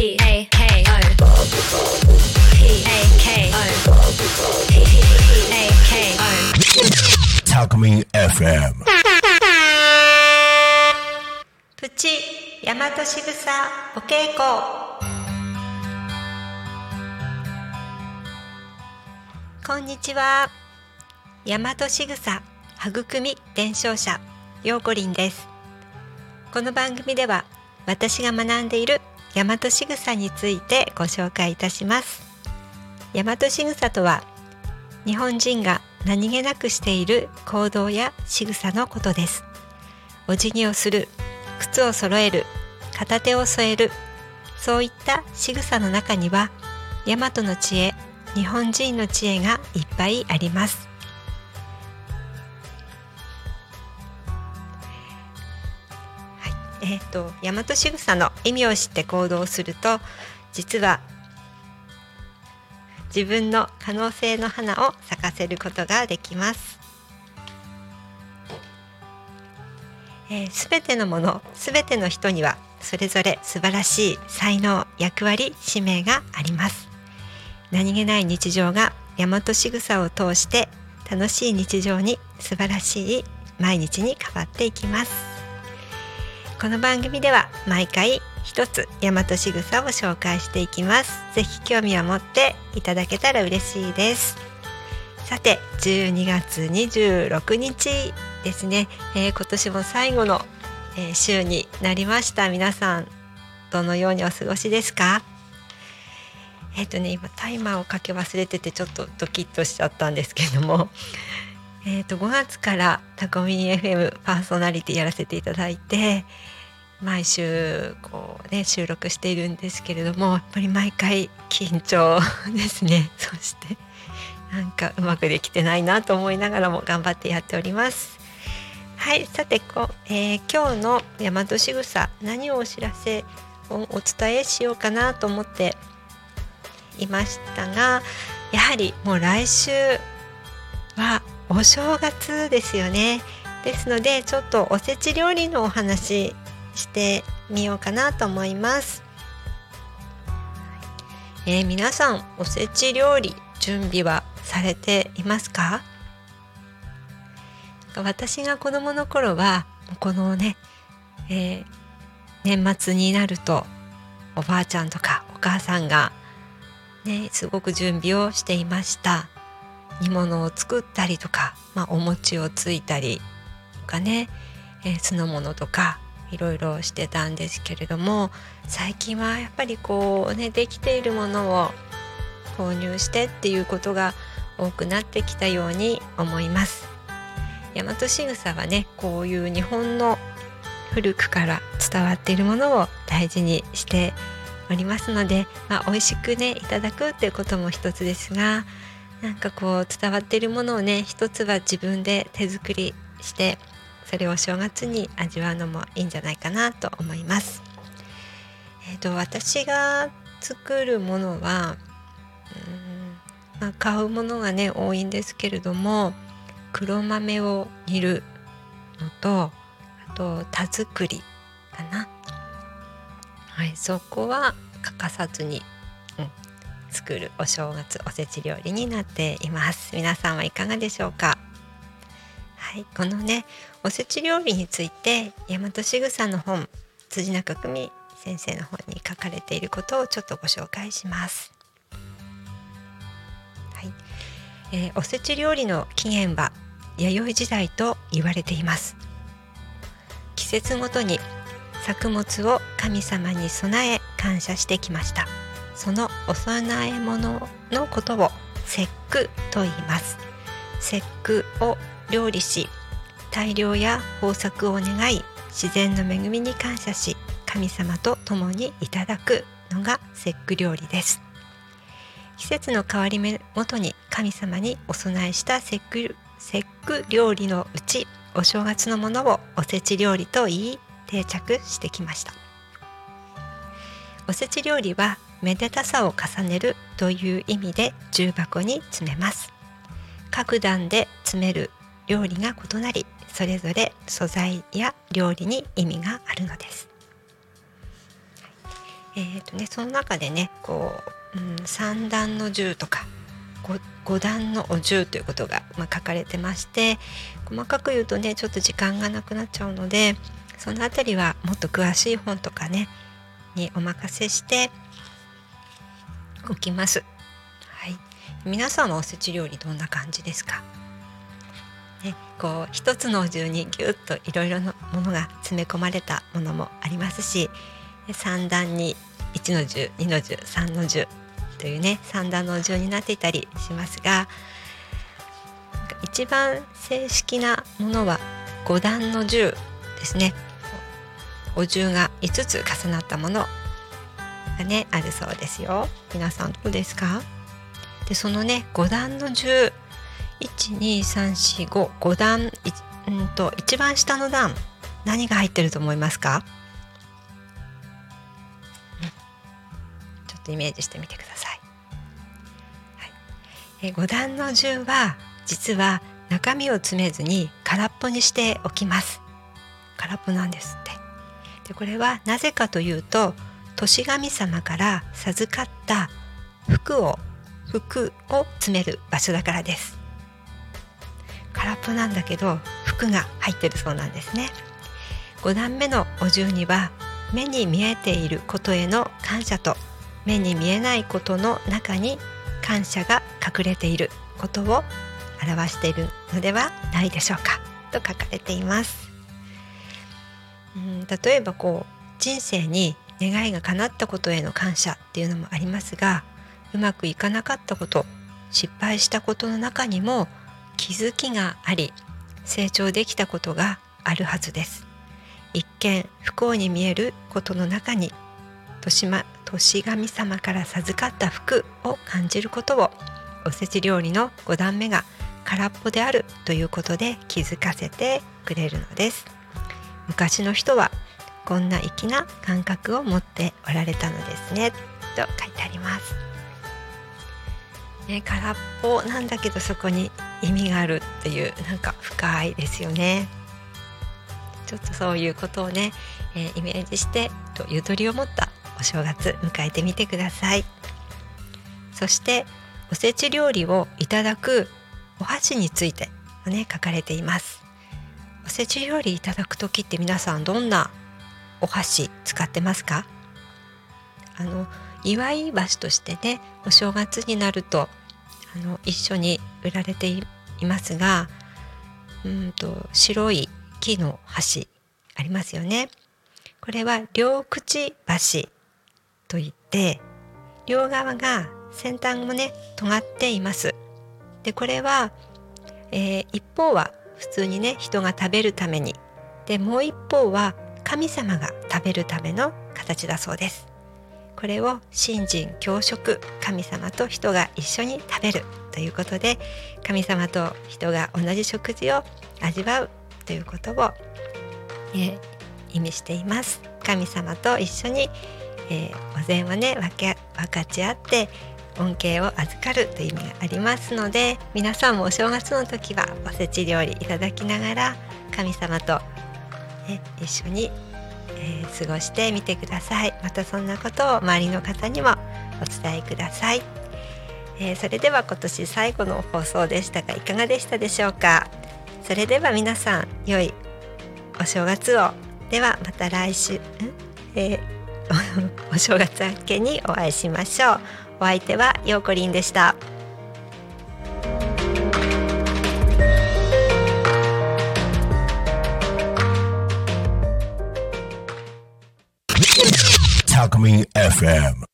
タコミン FM プチ大和しぐさお稽古。こんにちは。大和しぐさ育み伝承者ようこりんです。この番組では私が学んでいる大和しぐさについてご紹介いたします。大和しぐさとは日本人が何気なくしている行動や仕草のことです。お辞儀をする、靴を揃える、片手を添える、そういった仕草の中には大和の知恵、日本人の知恵がいっぱいあります。大和しぐさの意味を知って行動すると、実は自分の可能性の花を咲かせることができます。すべてのもの、すべての人にはそれぞれ素晴らしい才能、役割、使命があります。何気ない日常が大和しぐさを通して楽しい日常に、素晴らしい毎日に変わっていきます。この番組では毎回一つ大和しぐさを紹介していきます。ぜひ興味を持っていただけたら嬉しいです。さて、12月26日ですね、今年も最後の、週になりました。皆さんどのようにお過ごしですか？今タイマーをかけ忘れててちょっとドキッとしちゃったんですけれども、5月からタコミン FM パーソナリティやらせていただいて、毎週収録しているんですけれども、やっぱり毎回緊張ですね。そしてなんかうまくできてないなと思いながらも頑張ってやっております。はい、さて今日の大和しぐさ、何をお知らせをお伝えしようかなと思っていましたが、やはりもう来週はお正月ですよね。ですのでちょっとおせち料理のお話してみようかなと思います。皆さんおせち料理準備はされていますか？私が子どもの頃はこのね、年末になるとおばあちゃんとかお母さんがね、すごく準備をしていました。煮物を作ったりとか、お餅をついたりとかね、酢の物とかいろいろしてたんですけれども、最近はやっぱりできているものを購入してっていうことが多くなってきたように思います。大和しぐさはね、こういう日本の古くから伝わっているものを大事にしておりますので、美味しくねいただくっていうことも一つですが、なんか伝わっているものをね、一つは自分で手作りしてそれを正月に味わうのもいいんじゃないかなと思います。私が作るものは買うものがね多いんですけれども、黒豆を煮るのと、あと田作りかな。はい、そこは欠かさずに、作るお正月おせち料理になっています。皆さんはいかがでしょうか？はい、このねおせち料理について大和しぐさの本、辻中久美先生の本に書かれていることをちょっとご紹介します。はい、おせち料理の起源は弥生時代と言われています。季節ごとに作物を神様に備え感謝してきました。そのお供え物のことを節句と言います。節句を料理し、大漁や豊作を願い、自然の恵みに感謝し、神様と共にいただくのが節句料理です。季節の変わり目ごとに神様にお供えした節句料理のうち、お正月のものをおせち料理と言い定着してきました。おせち料理はめでたさを重ねるという意味で重箱に詰めます。各段で詰める料理が異なり、それぞれ素材や料理に意味があるのです。 その中でね3段の10とか5段のお10ということが、書かれてまして、細かく言うとねちょっと時間がなくなっちゃうので、そのあたりはもっと詳しい本とかねにお任せしておきます。はい、皆さんはおせち料理どんな感じですか？一つのお重にぎゅっといろいろなものが詰め込まれたものもありますし、3段に1の重、2の重、3の重というね3段のお重になっていたりしますが、一番正式なものは5段の重ですね。お重が5つ重なったものがねあるそうですよ。皆さんどうですか？でそのね5段の重、1,2,3,4,5段、一番下の段何が入ってると思いますか？ちょっとイメージしてみてください。5段の10は実は中身を詰めずに空っぽにしておきます。空っぽなんですって。でこれはなぜかというと、年神様から授かった福を詰める場所だからです。空っぽなんだけど福が入ってるそうなんですね。5段目のお重には目に見えていることへの感謝と、目に見えないことの中に感謝が隠れていることを表しているのではないでしょうかと書かれています。例えば人生に願いが叶ったことへの感謝っていうのもありますが、うまくいかなかったこと、失敗したことの中にも気づきがあり、成長できたことがあるはずです。一見不幸に見えることの中に年神様から授かった福を感じることを、おせち料理の5段目が空っぽであるということで気づかせてくれるのです。昔の人はこんな粋な感覚を持っておられたのですねと書いてあります。空っぽなんだけどそこに意味があるっていう、なんか深いですよね。ちょっとそういうことをね、イメージしてゆとりを持ったお正月迎えてみてください。そしておせち料理をいただくお箸についてもね書かれています。おせち料理いただくときって皆さんどんなお箸使ってますか？祝い箸としてねお正月になると一緒に売られていますが、白い木の箸ありますよね。これは両口箸といって、両側が先端もね尖っています。でこれは、一方は普通にね人が食べるために、でもう一方は神様が食べるための形だそうです。これを神人共食、神様と人が一緒に食べるということで、神様と人が同じ食事を味わうということを、意味しています。神様と一緒に、お膳をね分かち合って恩恵を預かるという意味がありますので、皆さんもお正月の時はおせち料理いただきながら神様と、一緒に、過ごしてみてください。またそんなことを周りの方にもお伝えください。それでは今年最後の放送でしたがいかがでしたでしょうか。それでは皆さん良いお正月を。ではまた来週、お正月明けにお会いしましょう。お相手はようこりんでした。 Talk Me FM